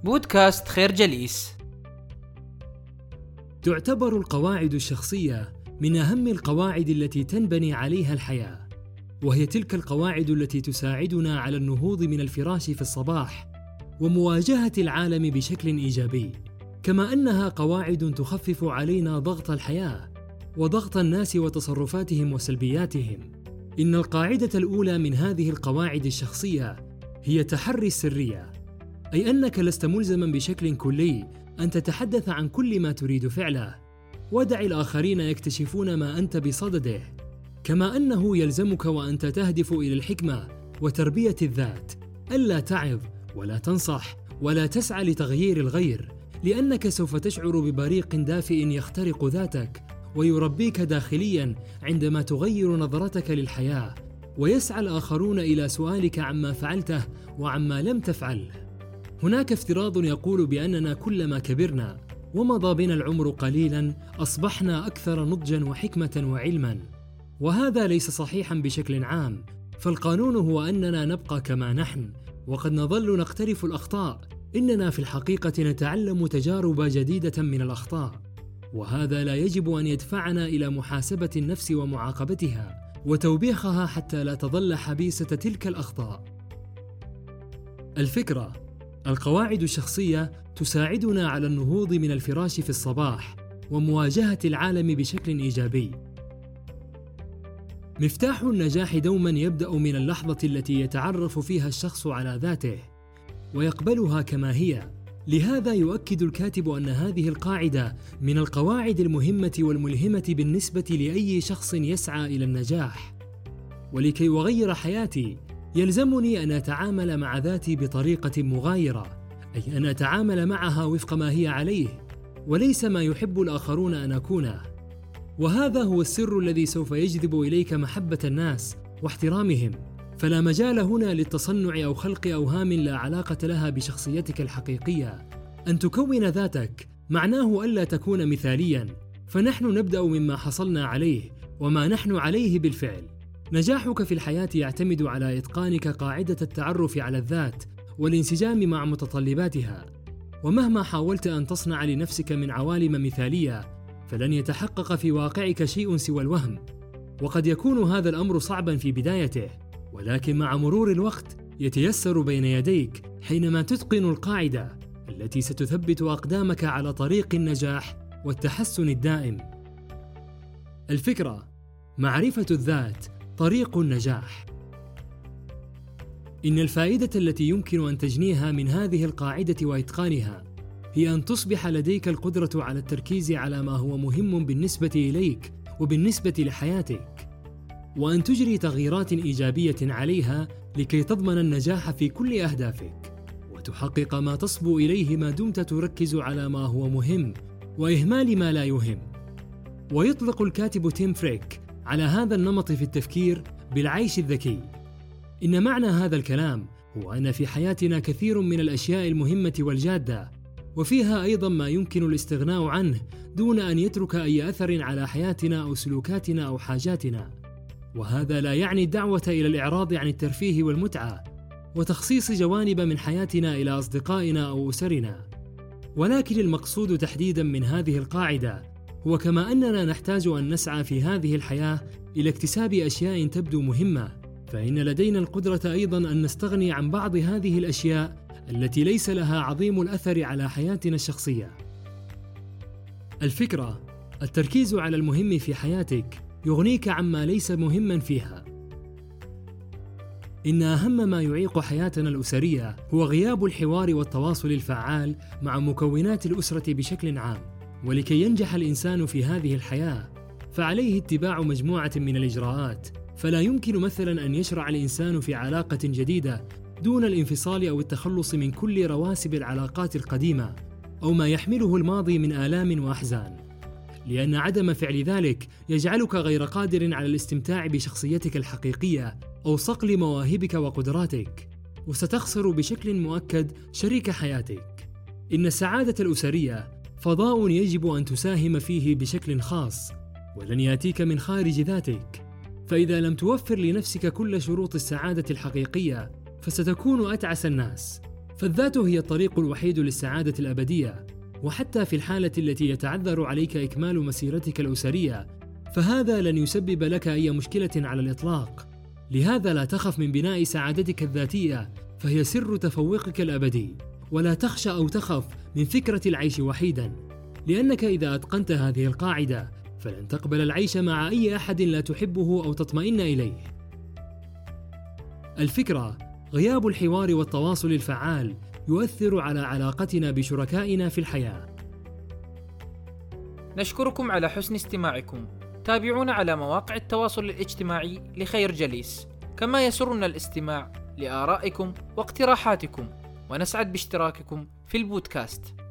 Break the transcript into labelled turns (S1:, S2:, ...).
S1: بودكاست خير جليس.
S2: تعتبر القواعد الشخصية من أهم القواعد التي تنبني عليها الحياة، وهي تلك القواعد التي تساعدنا على النهوض من الفراش في الصباح ومواجهة العالم بشكل إيجابي، كما أنها قواعد تخفف علينا ضغط الحياة وضغط الناس وتصرفاتهم وسلبياتهم. إن القاعدة الأولى من هذه القواعد الشخصية هي تحري السرية، أي أنك لست ملزماً بشكل كلي أن تتحدث عن كل ما تريد فعله، ودع الآخرين يكتشفون ما أنت بصدده، كما أنه يلزمك وأنت تهدف إلى الحكمة وتربية الذات ألا تعظ ولا تنصح ولا تسعى لتغيير الغير، لأنك سوف تشعر ببريق دافئ يخترق ذاتك ويربيك داخلياً عندما تغير نظرتك للحياة، ويسعى الآخرون إلى سؤالك عما فعلته وعما لم تفعله. هناك افتراض يقول بأننا كلما كبرنا ومضى بنا العمر قليلاً أصبحنا أكثر نضجاً وحكمة وعلماً، وهذا ليس صحيحاً بشكل عام، فالقانون هو أننا نبقى كما نحن، وقد نظل نقترف الأخطاء. إننا في الحقيقة نتعلم تجارب جديدة من الأخطاء، وهذا لا يجب أن يدفعنا إلى محاسبة النفس ومعاقبتها وتوبيخها حتى لا تظل حبيسة تلك الأخطاء. الفكرة: القواعد الشخصية تساعدنا على النهوض من الفراش في الصباح ومواجهة العالم بشكل إيجابي. مفتاح النجاح دوما يبدأ من اللحظة التي يتعرف فيها الشخص على ذاته ويقبلها كما هي. لهذا يؤكد الكاتب أن هذه القاعدة من القواعد المهمة والملهمة بالنسبة لأي شخص يسعى إلى النجاح. ولكي أغير حياتي يلزمني أن أتعامل مع ذاتي بطريقة مغايرة، أي أن أتعامل معها وفق ما هي عليه وليس ما يحب الآخرون أن أكونه. وهذا هو السر الذي سوف يجذب إليك محبة الناس واحترامهم، فلا مجال هنا للتصنع أو خلق أوهام لا علاقة لها بشخصيتك الحقيقية. أن تكون ذاتك معناه ألا تكون مثالياً، فنحن نبدأ مما حصلنا عليه وما نحن عليه بالفعل. نجاحك في الحياة يعتمد على إتقانك قاعدة التعرف على الذات والانسجام مع متطلباتها، ومهما حاولت أن تصنع لنفسك من عوالم مثالية فلن يتحقق في واقعك شيء سوى الوهم. وقد يكون هذا الأمر صعباً في بدايته، ولكن مع مرور الوقت يتيسر بين يديك حينما تتقن القاعدة التي ستثبت أقدامك على طريق النجاح والتحسن الدائم. الفكرة: معرفة الذات طريق النجاح. إن الفائدة التي يمكن أن تجنيها من هذه القاعدة وإتقانها هي أن تصبح لديك القدرة على التركيز على ما هو مهم بالنسبة إليك وبالنسبة لحياتك، وأن تجري تغييرات إيجابية عليها لكي تضمن النجاح في كل أهدافك وتحقق ما تصبو إليه ما دمت تركز على ما هو مهم وإهمال ما لا يهم. ويطلق الكاتب تيم فريك على هذا النمط في التفكير بالعيش الذكي. إن معنى هذا الكلام هو أن في حياتنا كثير من الأشياء المهمة والجادة، وفيها أيضا ما يمكن الاستغناء عنه دون أن يترك أي أثر على حياتنا أو سلوكاتنا أو حاجاتنا. وهذا لا يعني الدعوة إلى الإعراض عن الترفيه والمتعة وتخصيص جوانب من حياتنا إلى أصدقائنا أو أسرنا، ولكن المقصود تحديدا من هذه القاعدة هو كما أننا نحتاج أن نسعى في هذه الحياة إلى اكتساب أشياء تبدو مهمة، فإن لدينا القدرة أيضا أن نستغني عن بعض هذه الأشياء التي ليس لها عظيم الأثر على حياتنا الشخصية. الفكرة: التركيز على المهم في حياتك يغنيك عما ليس مهما فيها. إن أهم ما يعيق حياتنا الأسرية هو غياب الحوار والتواصل الفعال مع مكونات الأسرة بشكل عام. ولكي ينجح الإنسان في هذه الحياة فعليه اتباع مجموعة من الإجراءات، فلا يمكن مثلا أن يشرع الإنسان في علاقة جديدة دون الانفصال أو التخلص من كل رواسب العلاقات القديمة أو ما يحمله الماضي من آلام وأحزان، لأن عدم فعل ذلك يجعلك غير قادر على الاستمتاع بشخصيتك الحقيقية أو صقل مواهبك وقدراتك، وستخسر بشكل مؤكد شريك حياتك. إن السعادة الأسرية فضاء يجب أن تساهم فيه بشكل خاص، ولن يأتيك من خارج ذاتك، فإذا لم توفر لنفسك كل شروط السعادة الحقيقية فستكون أتعس الناس، فالذات هي الطريق الوحيد للسعادة الأبدية، وحتى في الحالة التي يتعذر عليك إكمال مسيرتك الأسرية فهذا لن يسبب لك أي مشكلة على الإطلاق. لهذا لا تخف من بناء سعادتك الذاتية، فهي سر تفوقك الأبدي. ولا تخشى أو تخف من فكرة العيش وحيداً، لأنك إذا أتقنت هذه القاعدة فلن تقبل العيش مع أي أحد لا تحبه أو تطمئن إليه. الفكرة: غياب الحوار والتواصل الفعال يؤثر على علاقتنا بشركائنا في الحياة.
S1: نشكركم على حسن استماعكم. تابعونا على مواقع التواصل الاجتماعي لخير جليس، كما يسرنا الاستماع لآرائكم واقتراحاتكم، ونسعد باشتراككم في البودكاست.